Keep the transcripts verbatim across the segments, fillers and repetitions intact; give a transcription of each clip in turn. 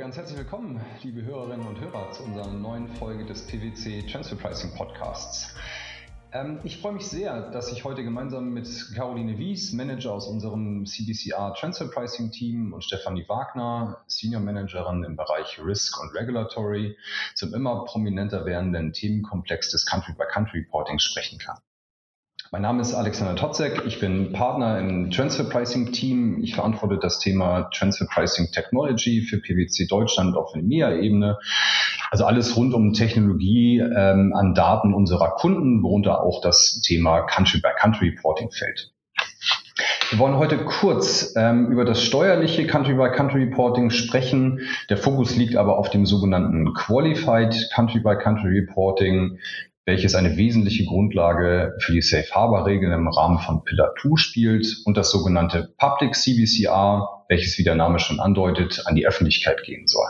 ganz herzlich willkommen, liebe Hörerinnen und Hörer, zu unserer neuen Folge des P W C Transfer Pricing Podcasts. Ähm, ich freue mich sehr, dass ich heute gemeinsam mit Caroline Wies, Manager aus unserem C B C R Transfer Pricing Team, und Stefanie Wagner, Senior Managerin im Bereich Risk und Regulatory, zum immer prominenter werdenden Themenkomplex des Country-by-Country Reportings sprechen kann. Mein Name ist Alexander Totzek, ich bin Partner im Transfer Pricing Team. Ich verantworte das Thema Transfer Pricing Technology für P W C Deutschland auf der E M E A-Ebene. Also alles rund um Technologie ähm, an Daten unserer Kunden, worunter auch das Thema Country-by-Country Reporting fällt. Wir wollen heute kurz ähm, über das steuerliche Country-by-Country Reporting sprechen. Der Fokus liegt aber auf dem sogenannten Qualified Country-by-Country Reporting, welches eine wesentliche Grundlage für die Safe Harbor-Regeln im Rahmen von Pillar zwei spielt, und das sogenannte Public C B C R, welches, wie der Name schon andeutet, an die Öffentlichkeit gehen soll.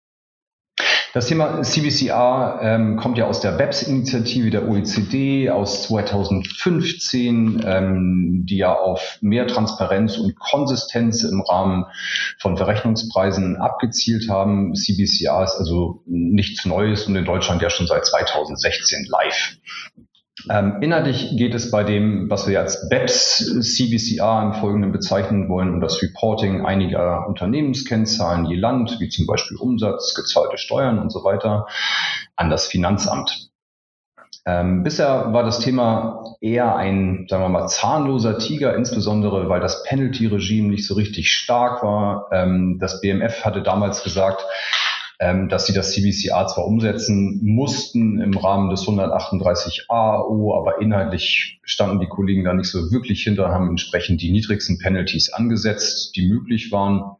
Das Thema C B C R ähm, kommt ja aus der B E P S-Initiative der O E C D aus zweitausendfünfzehn, ähm, die ja auf mehr Transparenz und Konsistenz im Rahmen von Verrechnungspreisen abgezielt haben. C B C R ist also nichts Neues und in Deutschland ja schon seit zweitausendsechzehn live. Ähm, inhaltlich geht es bei dem, was wir als B E P S-C B C R im Folgenden bezeichnen wollen, um das Reporting einiger Unternehmenskennzahlen je Land, wie zum Beispiel Umsatz, gezahlte Steuern und so weiter, an das Finanzamt. Ähm, bisher war das Thema eher ein, sagen wir mal, zahnloser Tiger, insbesondere weil das Penalty-Regime nicht so richtig stark war. Ähm, das B M F hatte damals gesagt, dass sie das C B C R zwar umsetzen mussten im Rahmen des hundertachtunddreißig a A O, aber inhaltlich standen die Kollegen da nicht so wirklich hinter, haben entsprechend die niedrigsten Penalties angesetzt, die möglich waren.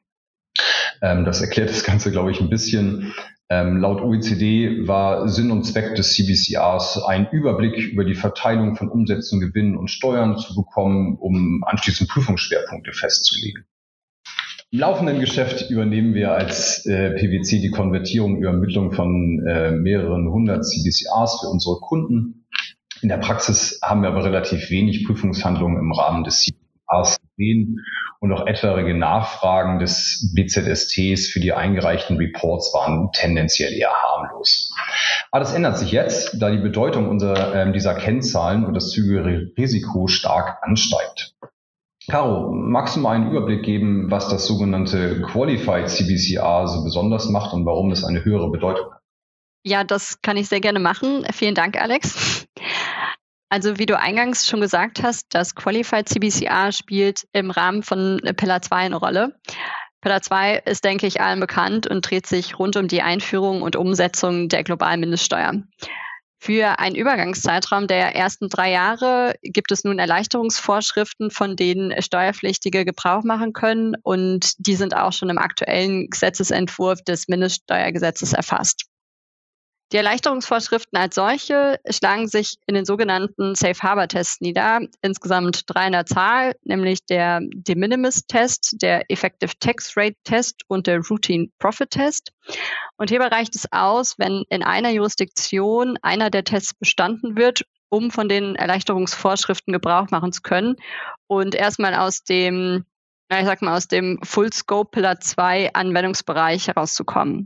Das erklärt das Ganze, glaube ich, ein bisschen. Laut O E C D war Sinn und Zweck des C B C Rs, einen Überblick über die Verteilung von Umsätzen, Gewinnen und Steuern zu bekommen, um anschließend Prüfungsschwerpunkte festzulegen. Im laufenden Geschäft übernehmen wir als äh, P W C die Konvertierung über Ermittlung von äh, mehreren hundert C B C Rs für unsere Kunden. In der Praxis haben wir aber relativ wenig Prüfungshandlungen im Rahmen des C B C Rs gesehen, und auch etwaige Nachfragen des B Z S Ts für die eingereichten Reports waren tendenziell eher harmlos. Aber das ändert sich jetzt, da die Bedeutung unserer, äh, dieser Kennzahlen und das zügige Risiko stark ansteigt. Caro, magst du mal einen Überblick geben, was das sogenannte Qualified C B C R so besonders macht und warum es eine höhere Bedeutung hat? Ja, das kann ich sehr gerne machen. Vielen Dank, Alex. Also wie du eingangs schon gesagt hast, das Qualified C B C R spielt im Rahmen von Pillar zwei eine Rolle. Pillar zwei ist, denke ich, allen bekannt und dreht sich rund um die Einführung und Umsetzung der globalen Mindeststeuer. Für einen Übergangszeitraum der ersten drei Jahre gibt es nun Erleichterungsvorschriften, von denen Steuerpflichtige Gebrauch machen können, und die sind auch schon im aktuellen Gesetzesentwurf des Mindeststeuergesetzes erfasst. Die Erleichterungsvorschriften als solche schlagen sich in den sogenannten Safe Harbor Tests nieder, insgesamt drei in der Zahl, nämlich der De Minimis Test, der Effective Tax Rate Test und der Routine Profit Test. Und hierbei reicht es aus, wenn in einer Jurisdiktion einer der Tests bestanden wird, um von den Erleichterungsvorschriften Gebrauch machen zu können und erstmal aus dem, ich sag mal, aus dem Full Scope Pillar zwei Anwendungsbereich herauszukommen.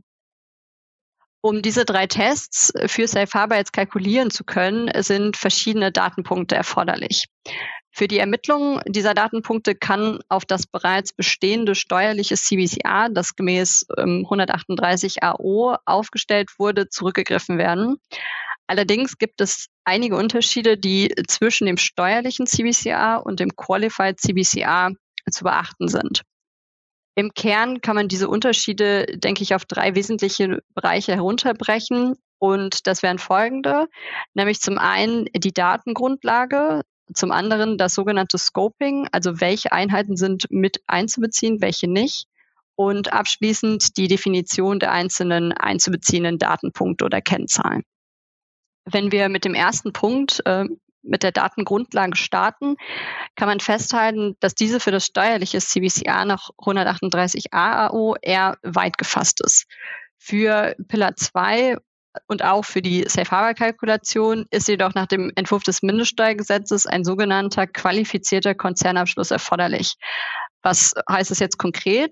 Um diese drei Tests für Safe Harbor jetzt kalkulieren zu können, sind verschiedene Datenpunkte erforderlich. Für die Ermittlung dieser Datenpunkte kann auf das bereits bestehende steuerliche C B C R, das gemäß ähm, hundertachtunddreißig a O aufgestellt wurde, zurückgegriffen werden. Allerdings gibt es einige Unterschiede, die zwischen dem steuerlichen C B C R und dem Qualified C B C R zu beachten sind. Im Kern kann man diese Unterschiede, denke ich, auf drei wesentliche Bereiche herunterbrechen. Und das wären folgende, nämlich zum einen die Datengrundlage, zum anderen das sogenannte Scoping, also welche Einheiten sind mit einzubeziehen, welche nicht. Und abschließend die Definition der einzelnen einzubeziehenden Datenpunkte oder Kennzahlen. Wenn wir mit dem ersten Punkt äh, mit der Datengrundlage starten, kann man festhalten, dass diese für das steuerliche C B C R nach hundertachtunddreißig a A O eher weit gefasst ist. Für Pillar zwei und auch für die Safe Harbor Kalkulation ist jedoch nach dem Entwurf des Mindeststeuergesetzes ein sogenannter qualifizierter Konzernabschluss erforderlich. Was heißt das jetzt konkret?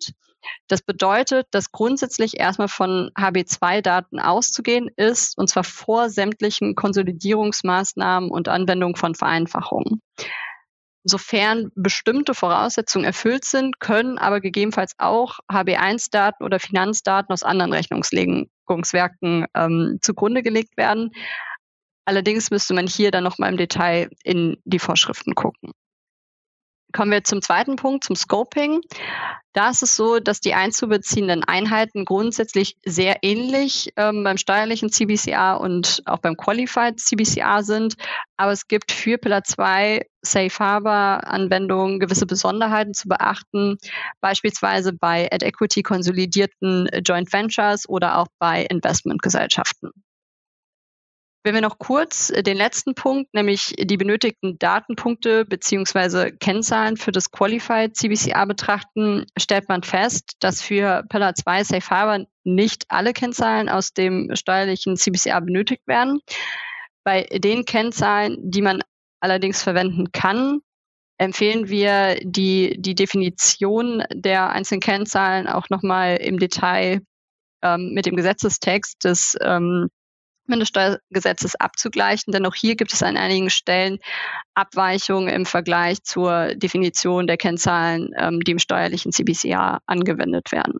Das bedeutet, dass grundsätzlich erstmal von H B zwei Daten auszugehen ist, und zwar vor sämtlichen Konsolidierungsmaßnahmen und Anwendung von Vereinfachungen. Sofern bestimmte Voraussetzungen erfüllt sind, können aber gegebenenfalls auch H B eins Daten oder Finanzdaten aus anderen Rechnungslegungswerken ähm, zugrunde gelegt werden. Allerdings müsste man hier dann nochmal im Detail in die Vorschriften gucken. Kommen wir zum zweiten Punkt, zum Scoping. Da ist es so, dass die einzubeziehenden Einheiten grundsätzlich sehr ähnlich ähm, beim steuerlichen C B C R und auch beim Qualified C B C R sind. Aber es gibt für Pillar zwei Safe Harbor Anwendungen gewisse Besonderheiten zu beachten, beispielsweise bei at Equity konsolidierten Joint Ventures oder auch bei Investmentgesellschaften. Wenn wir noch kurz den letzten Punkt, nämlich die benötigten Datenpunkte bzw. Kennzahlen für das Qualified C B C R betrachten, stellt man fest, dass für Pillar zwei Safe Harbor nicht alle Kennzahlen aus dem steuerlichen C B C R benötigt werden. Bei den Kennzahlen, die man allerdings verwenden kann, empfehlen wir die, die Definition der einzelnen Kennzahlen auch nochmal im Detail ähm, mit dem Gesetzestext des ähm, Mindeststeuergesetzes abzugleichen, denn auch hier gibt es an einigen Stellen Abweichungen im Vergleich zur Definition der Kennzahlen, ähm, die im steuerlichen C B C R angewendet werden.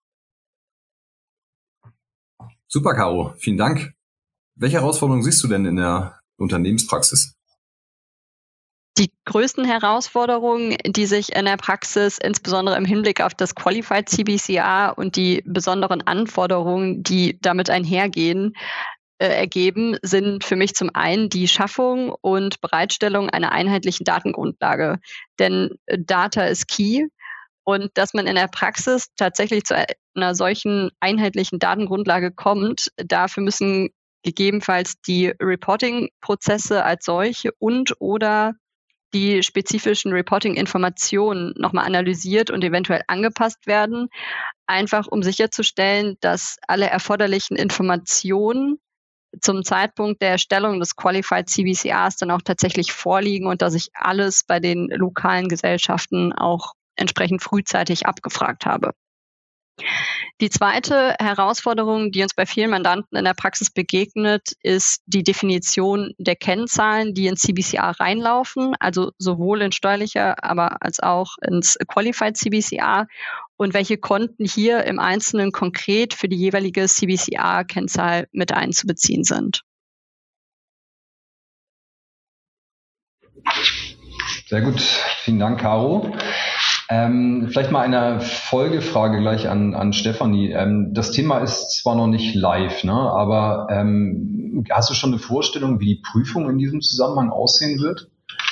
Super, Caro, vielen Dank. Welche Herausforderungen siehst du denn in der Unternehmenspraxis? Die größten Herausforderungen, die sich in der Praxis insbesondere im Hinblick auf das Qualified C B C R und die besonderen Anforderungen, die damit einhergehen, ergeben, sind für mich zum einen die Schaffung und Bereitstellung einer einheitlichen Datengrundlage. Denn Data ist key, und dass man in der Praxis tatsächlich zu einer solchen einheitlichen Datengrundlage kommt, dafür müssen gegebenenfalls die Reporting-Prozesse als solche und oder die spezifischen Reporting-Informationen nochmal analysiert und eventuell angepasst werden, einfach um sicherzustellen, dass alle erforderlichen Informationen zum Zeitpunkt der Erstellung des Qualified C B C Rs dann auch tatsächlich vorliegen und dass ich alles bei den lokalen Gesellschaften auch entsprechend frühzeitig abgefragt habe. Die zweite Herausforderung, die uns bei vielen Mandanten in der Praxis begegnet, ist die Definition der Kennzahlen, die in C B C R reinlaufen, also sowohl in steuerlicher, aber als auch ins Qualified C B C R, und welche Konten hier im Einzelnen konkret für die jeweilige C B C R-Kennzahl mit einzubeziehen sind. Sehr gut, vielen Dank, Caro. Ähm, vielleicht mal eine Folgefrage gleich an, an Stefanie. Ähm, das Thema ist zwar noch nicht live, ne, aber ähm, hast du schon eine Vorstellung, wie die Prüfung in diesem Zusammenhang aussehen wird?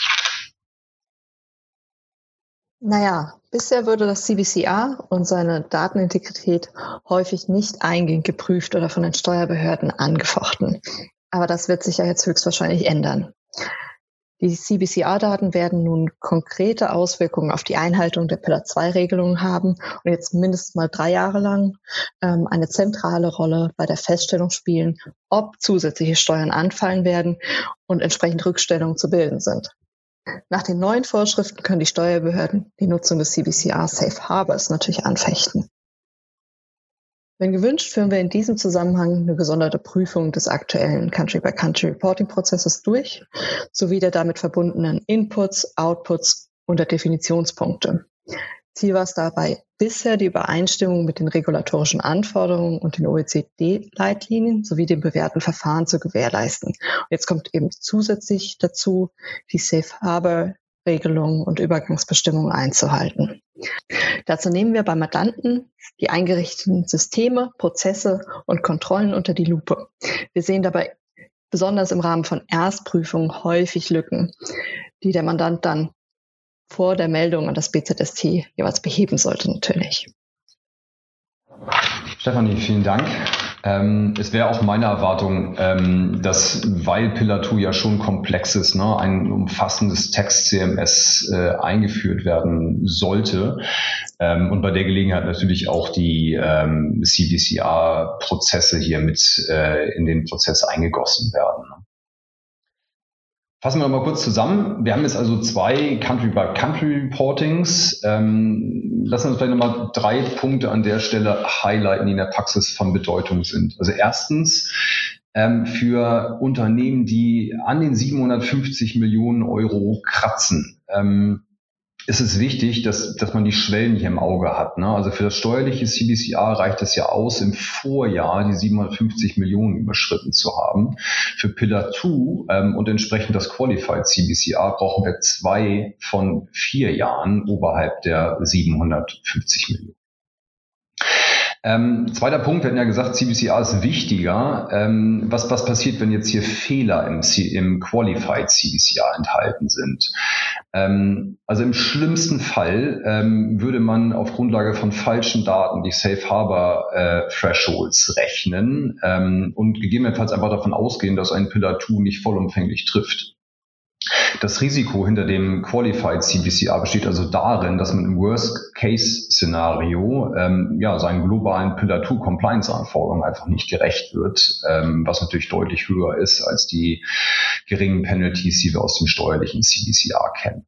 Naja, bisher würde das C B C R und seine Datenintegrität häufig nicht eingehend geprüft oder von den Steuerbehörden angefochten. Aber das wird sich ja jetzt höchstwahrscheinlich ändern. Die C B C R-Daten werden nun konkrete Auswirkungen auf die Einhaltung der Pillar zwei Regelungen haben und jetzt mindestens mal drei Jahre lang ähm, eine zentrale Rolle bei der Feststellung spielen, ob zusätzliche Steuern anfallen werden und entsprechend Rückstellungen zu bilden sind. Nach den neuen Vorschriften können die Steuerbehörden die Nutzung des C B C R Safe Harbors natürlich anfechten. Wenn gewünscht, führen wir in diesem Zusammenhang eine gesonderte Prüfung des aktuellen Country-by-Country-Reporting-Prozesses durch, sowie der damit verbundenen Inputs, Outputs und der Definitionspunkte. Ziel war es dabei, bisher die Übereinstimmung mit den regulatorischen Anforderungen und den O E C D-Leitlinien sowie den bewährten Verfahren zu gewährleisten. Und jetzt kommt eben zusätzlich dazu, die Safe Harbor Regelungen und Übergangsbestimmungen einzuhalten. Dazu nehmen wir bei Mandanten die eingerichteten Systeme, Prozesse und Kontrollen unter die Lupe. Wir sehen dabei besonders im Rahmen von Erstprüfungen häufig Lücken, die der Mandant dann vor der Meldung an das B Z S T jeweils beheben sollte natürlich. Stefanie, vielen Dank. Ähm, es wäre auch meine Erwartung, ähm, dass, weil Pillar zwei ja schon komplex ist, ne, ein umfassendes Text-C M S äh, eingeführt werden sollte ähm, und bei der Gelegenheit natürlich auch die ähm, C B C R-Prozesse hier mit äh, in den Prozess eingegossen werden. Fassen wir noch mal kurz zusammen. Wir haben jetzt also zwei Country-by-Country-Reportings. Ähm, lassen wir uns vielleicht noch mal drei Punkte an der Stelle highlighten, die in der Praxis von Bedeutung sind. Also erstens, ähm, für Unternehmen, die an den siebenhundertfünfzig Millionen Euro kratzen, ähm, ist es wichtig, dass, dass man die Schwellen hier im Auge hat. Ne? Also für das steuerliche C B C R reicht es ja aus, im Vorjahr die siebenhundertfünfzig Millionen überschritten zu haben. Für Pillar zwei ähm, und entsprechend das Qualified C B C R brauchen wir zwei von vier Jahren oberhalb der siebenhundertfünfzig Millionen. Ähm, zweiter Punkt, wir hatten ja gesagt, C B C R ist wichtiger. Ähm, was, was passiert, wenn jetzt hier Fehler im, C, im Qualified C B C R enthalten sind? Ähm, also im schlimmsten Fall ähm, würde man auf Grundlage von falschen Daten die Safe Harbor äh, Thresholds rechnen ähm, und gegebenenfalls einfach davon ausgehen, dass ein Pillar zwei nicht vollumfänglich trifft. Das Risiko hinter dem Qualified C B C R besteht also darin, dass man im Worst-Case-Szenario ähm, ja, seinen globalen Pillar zwei Compliance-Anforderungen einfach nicht gerecht wird, ähm, was natürlich deutlich höher ist als die geringen Penalties, die wir aus dem steuerlichen C B C R kennen.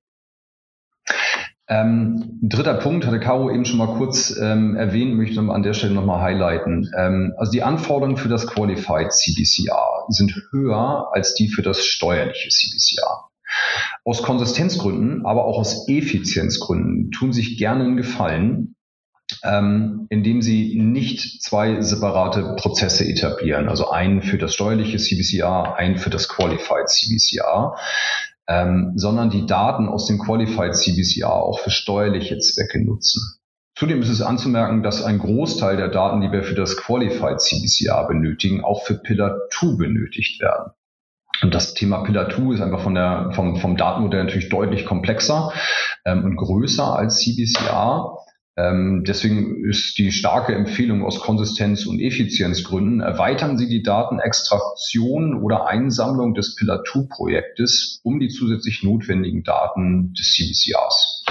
Ähm, dritter Punkt, hatte Caro eben schon mal kurz ähm, erwähnt, möchte ich an der Stelle nochmal highlighten. Ähm, also die Anforderungen für das Qualified C B C R sind höher als die für das steuerliche C B C R. Aus Konsistenzgründen, aber auch aus Effizienzgründen tun sich gerne einen Gefallen, ähm, indem sie nicht zwei separate Prozesse etablieren, also einen für das steuerliche C B C R, einen für das Qualified C B C R. Ähm, sondern die Daten aus dem Qualified C B C R auch für steuerliche Zwecke nutzen. Zudem ist es anzumerken, dass ein Großteil der Daten, die wir für das Qualified C B C R benötigen, auch für Pillar zwei benötigt werden. Und das Thema Pillar zwei ist einfach von der, vom, vom Datenmodell natürlich deutlich komplexer ähm, und größer als C B C R. Ähm, deswegen ist die starke Empfehlung aus Konsistenz- und Effizienzgründen, erweitern Sie die Datenextraktion oder Einsammlung des Pillar zwei Projektes um die zusätzlich notwendigen Daten des C B C Rs.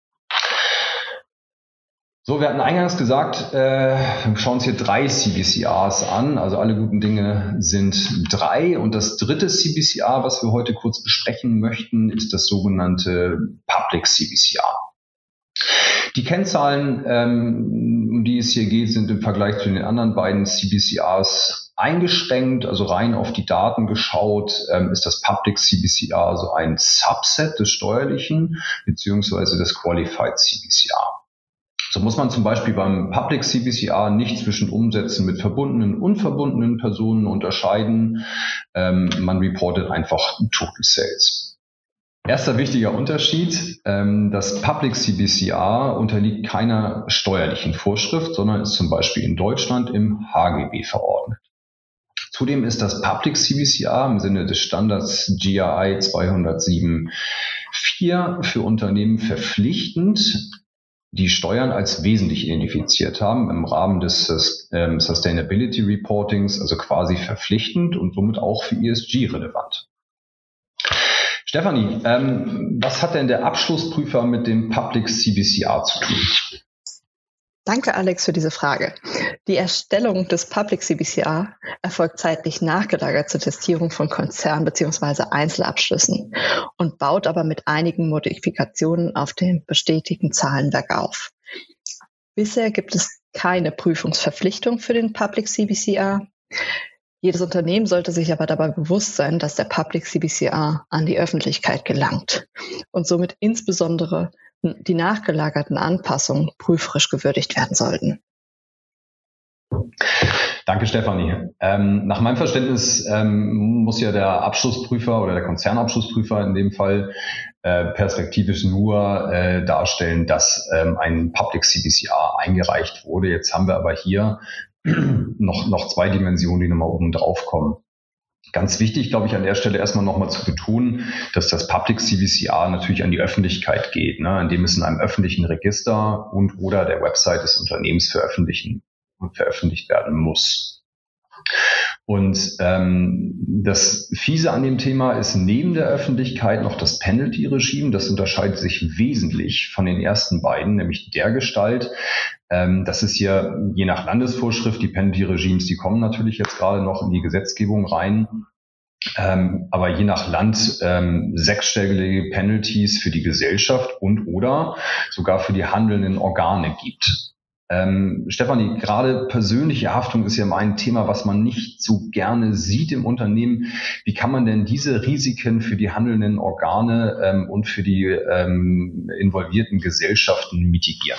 So, wir hatten eingangs gesagt, äh, wir schauen uns hier drei C B C Rs an, also alle guten Dinge sind drei. Und das dritte C B C R, was wir heute kurz besprechen möchten, ist das sogenannte Public C B C R. Die Kennzahlen, ähm, um die es hier geht, sind im Vergleich zu den anderen beiden C B C Rs eingeschränkt, also rein auf die Daten geschaut, ähm, ist das Public C B C R also ein Subset des steuerlichen beziehungsweise des Qualified C B C R. So muss man zum Beispiel beim Public C B C R nicht zwischen Umsätzen mit verbundenen und unverbundenen Personen unterscheiden. Ähm, man reportet einfach Total Sales. Erster wichtiger Unterschied, ähm, das Public C B C R unterliegt keiner steuerlichen Vorschrift, sondern ist zum Beispiel in Deutschland im H G B verordnet. Zudem ist das Public C B C R im Sinne des Standards G R I zweihundertsieben Punkt vier für Unternehmen verpflichtend, die Steuern als wesentlich identifiziert haben im Rahmen des ähm, Sustainability Reportings, also quasi verpflichtend und somit auch für E S G relevant. Stefanie, ähm, was hat denn der Abschlussprüfer mit dem Public C B C R zu tun? Danke, Alex, für diese Frage. Die Erstellung des Public C B C R erfolgt zeitlich nachgelagert zur Testierung von Konzern- bzw. Einzelabschlüssen und baut aber mit einigen Modifikationen auf dem bestätigten Zahlenwerk auf. Bisher gibt es keine Prüfungsverpflichtung für den Public C B C R. Jedes Unternehmen sollte sich aber dabei bewusst sein, dass der Public C B C R an die Öffentlichkeit gelangt und somit insbesondere die nachgelagerten Anpassungen prüferisch gewürdigt werden sollten. Danke, Stefanie. Ähm, nach meinem Verständnis ähm, muss ja der Abschlussprüfer oder der Konzernabschlussprüfer in dem Fall äh, perspektivisch nur äh, darstellen, dass ähm, ein Public C B C R eingereicht wurde. Jetzt haben wir aber hier noch, noch zwei Dimensionen, die nochmal oben drauf kommen. Ganz wichtig, glaube ich, an der Stelle erstmal nochmal zu betonen, dass das Public C B C R natürlich an die Öffentlichkeit geht, ne, indem es in einem öffentlichen Register und oder der Website des Unternehmens veröffentlichen und veröffentlicht werden muss. Und ähm, das Fiese an dem Thema ist neben der Öffentlichkeit noch das Penalty-Regime. Das unterscheidet sich wesentlich von den ersten beiden, nämlich der Gestalt. Ähm, das ist hier je nach Landesvorschrift, die Penalty-Regimes, die kommen natürlich jetzt gerade noch in die Gesetzgebung rein. ähm, aber je nach Land ähm, sechsstellige Penalties für die Gesellschaft und oder sogar für die handelnden Organe gibt. Ähm, Stefanie, gerade persönliche Haftung ist ja mal ein Thema, was man nicht so gerne sieht im Unternehmen. Wie kann man denn diese Risiken für die handelnden Organe ähm, und für die ähm, involvierten Gesellschaften mitigieren?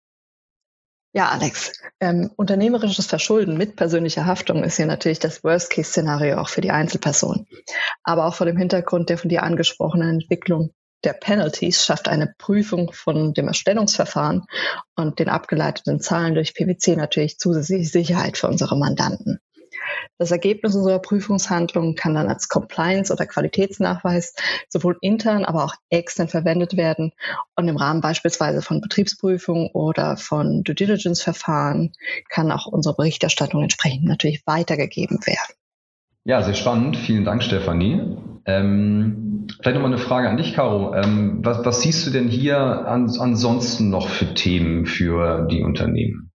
Ja, Alex, ähm, unternehmerisches Verschulden mit persönlicher Haftung ist ja natürlich das Worst-Case-Szenario auch für die Einzelperson. Aber auch vor dem Hintergrund der von dir angesprochenen Entwicklung der Penalties schafft eine Prüfung von dem Erstellungsverfahren und den abgeleiteten Zahlen durch P W C natürlich zusätzliche Sicherheit für unsere Mandanten. Das Ergebnis unserer Prüfungshandlung kann dann als Compliance- oder Qualitätsnachweis sowohl intern, aber auch extern verwendet werden und im Rahmen beispielsweise von Betriebsprüfungen oder von Due Diligence-Verfahren kann auch unsere Berichterstattung entsprechend natürlich weitergegeben werden. Ja, sehr spannend. Vielen Dank, Stefanie. Ähm, vielleicht nochmal eine Frage an dich, Caro. Ähm, was, was siehst du denn hier an, ansonsten noch für Themen für die Unternehmen?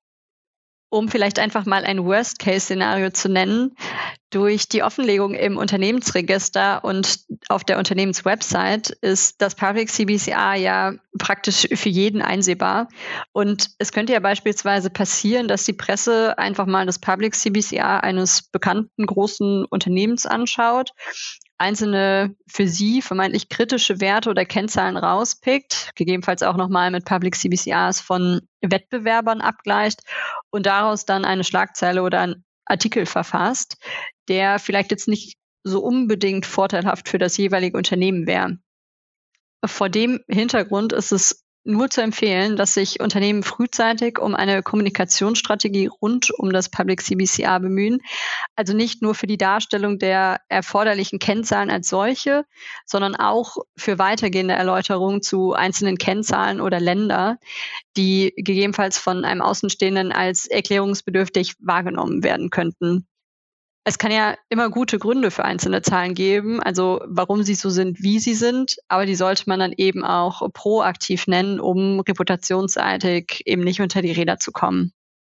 Um vielleicht einfach mal ein Worst-Case-Szenario zu nennen, durch die Offenlegung im Unternehmensregister und auf der Unternehmenswebsite ist das Public C B C R ja praktisch für jeden einsehbar. Und es könnte ja beispielsweise passieren, dass die Presse einfach mal das Public C B C R eines bekannten großen Unternehmens anschaut, einzelne für sie vermeintlich kritische Werte oder Kennzahlen rauspickt, gegebenenfalls auch nochmal mit Public C B C Rs von Wettbewerbern abgleicht und daraus dann eine Schlagzeile oder einen Artikel verfasst, der vielleicht jetzt nicht so unbedingt vorteilhaft für das jeweilige Unternehmen wäre. Vor dem Hintergrund ist es nur zu empfehlen, dass sich Unternehmen frühzeitig um eine Kommunikationsstrategie rund um das Public C B C R bemühen. Also nicht nur für die Darstellung der erforderlichen Kennzahlen als solche, sondern auch für weitergehende Erläuterungen zu einzelnen Kennzahlen oder Länder, die gegebenenfalls von einem Außenstehenden als erklärungsbedürftig wahrgenommen werden könnten. Es kann ja immer gute Gründe für einzelne Zahlen geben, also warum sie so sind, wie sie sind, aber die sollte man dann eben auch proaktiv nennen, um reputationsseitig eben nicht unter die Räder zu kommen.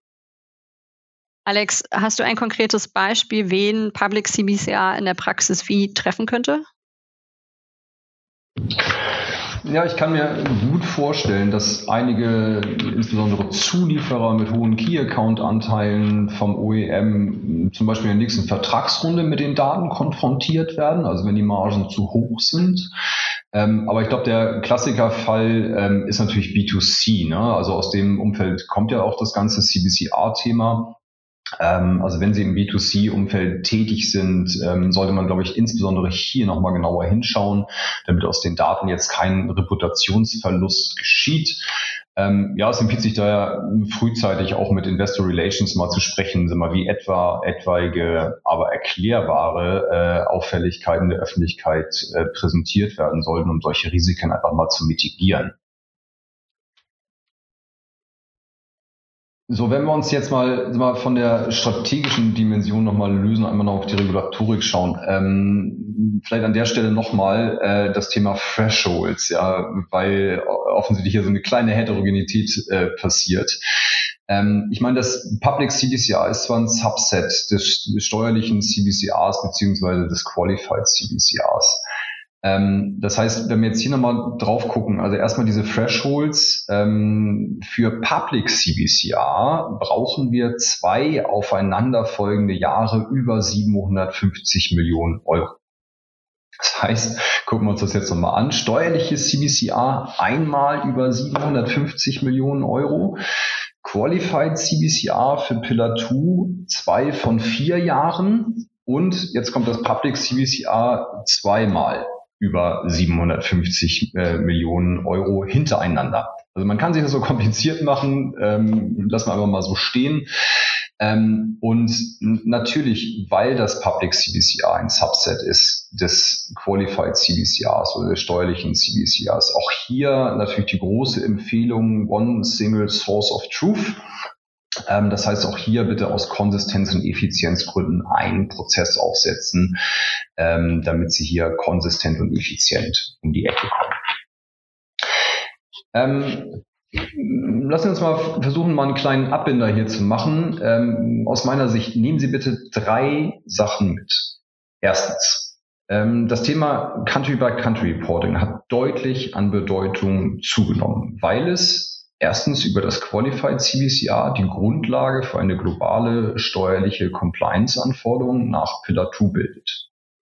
Alex, hast du ein konkretes Beispiel, wen Public C B C R in der Praxis wie treffen könnte? Ja, ich kann mir gut vorstellen, dass einige, insbesondere Zulieferer mit hohen Key-Account-Anteilen vom O E M zum Beispiel in der nächsten Vertragsrunde mit den Daten konfrontiert werden, also wenn die Margen zu hoch sind. Ähm, aber ich glaube, der Klassikerfall ähm, ist natürlich B zwei C. Ne? Also aus dem Umfeld kommt ja auch das ganze C B C R-Thema. Ähm, also wenn Sie im B zwei C-Umfeld tätig sind, ähm, sollte man, glaube ich, insbesondere hier nochmal genauer hinschauen, damit aus den Daten jetzt kein Reputationsverlust geschieht. Ähm, ja, es empfiehlt sich daher frühzeitig auch mit Investor Relations mal zu sprechen, sind mal wie etwa etwaige, aber erklärbare äh, Auffälligkeiten der Öffentlichkeit äh, präsentiert werden sollten, um solche Risiken einfach mal zu mitigieren. So, wenn wir uns jetzt mal, mal von der strategischen Dimension nochmal lösen, einmal noch auf die Regulatorik schauen, ähm, vielleicht an der Stelle nochmal äh, das Thema Thresholds, ja, weil offensichtlich hier so eine kleine Heterogenität äh, passiert. Ähm, ich meine, das Public C B C R ist zwar ein Subset des, des steuerlichen C B C Rs beziehungsweise des Qualified C B C Rs. Ähm, das heißt, wenn wir jetzt hier nochmal drauf gucken, also erstmal diese Thresholds, ähm, für Public C B C R brauchen wir zwei aufeinanderfolgende Jahre über siebenhundertfünfzig Millionen Euro. Das heißt, gucken wir uns das jetzt nochmal an, steuerliches C B C R einmal über siebenhundertfünfzig Millionen Euro, Qualified C B C R für Pillar zwei, zwei von vier Jahren und jetzt kommt das Public C B C R zweimal über siebenhundertfünfzig äh, Millionen Euro hintereinander. Also man kann sich das so kompliziert machen, ähm, lassen wir einfach mal so stehen. Ähm, und natürlich, weil das Public C B C R ein Subset ist des Qualified C B C Rs oder des steuerlichen C B C Rs, auch hier natürlich die große Empfehlung One Single Source of Truth. Ähm, das heißt, auch hier bitte aus Konsistenz- und Effizienzgründen einen Prozess aufsetzen, ähm, damit Sie hier konsistent und effizient um die Ecke kommen. Ähm, lassen wir uns mal versuchen, mal einen kleinen Abbinder hier zu machen. Ähm, aus meiner Sicht nehmen Sie bitte drei Sachen mit. Erstens, ähm, das Thema Country-by-Country-Reporting hat deutlich an Bedeutung zugenommen, weil es erstens über das Qualified C B C R die Grundlage für eine globale steuerliche Compliance-Anforderung nach Pillar zwei bildet.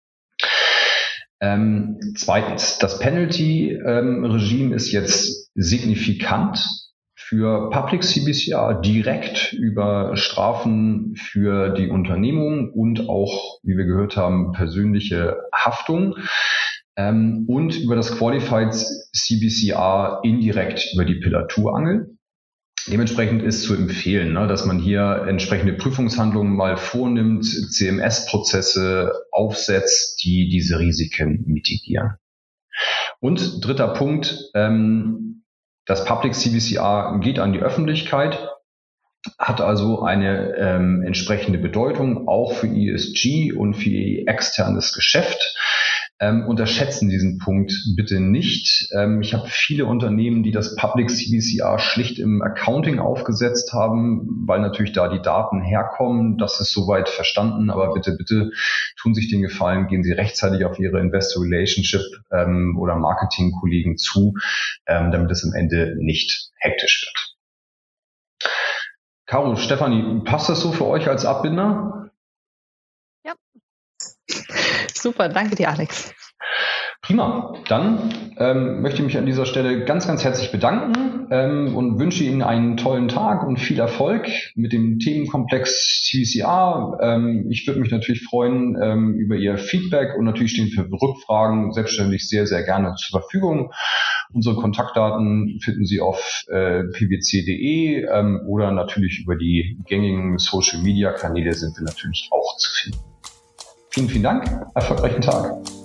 Ähm, zweitens, das Penalty-Regime ähm, ist jetzt signifikant für Public C B C R direkt über Strafen für die Unternehmung und auch, wie wir gehört haben, persönliche Haftung ähm, und über das Qualified C B C R indirekt über die Pillar zwei Angel. Dementsprechend ist zu empfehlen, ne, dass man hier entsprechende Prüfungshandlungen mal vornimmt, C M S-Prozesse aufsetzt, die diese Risiken mitigieren. Und dritter Punkt, ähm, das Public C B C R geht an die Öffentlichkeit, hat also eine ähm, entsprechende Bedeutung auch für E S G und für ihr externes Geschäft. Ähm, unterschätzen diesen Punkt bitte nicht. Ähm, ich habe viele Unternehmen, die das Public C B C R schlicht im Accounting aufgesetzt haben, weil natürlich da die Daten herkommen. Das ist soweit verstanden, aber bitte, bitte tun sich den Gefallen, gehen Sie rechtzeitig auf Ihre Investor Relationship ähm, oder Marketingkollegen zu, ähm, damit es am Ende nicht hektisch wird. Caro, Stefanie, passt das so für euch als Abbinder? Ja. Super, danke dir, Alex. Prima. Dann ähm, möchte ich mich an dieser Stelle ganz, ganz herzlich bedanken ähm, und wünsche Ihnen einen tollen Tag und viel Erfolg mit dem Themenkomplex C B C R. Ähm, ich würde mich natürlich freuen ähm, über Ihr Feedback und natürlich stehen für Rückfragen selbstverständlich sehr, sehr gerne zur Verfügung. Unsere Kontaktdaten finden Sie auf äh, p w c punkt d e ähm, oder natürlich über die gängigen Social-Media-Kanäle sind wir natürlich auch zu finden. Vielen, vielen Dank. Erfolgreichen Tag.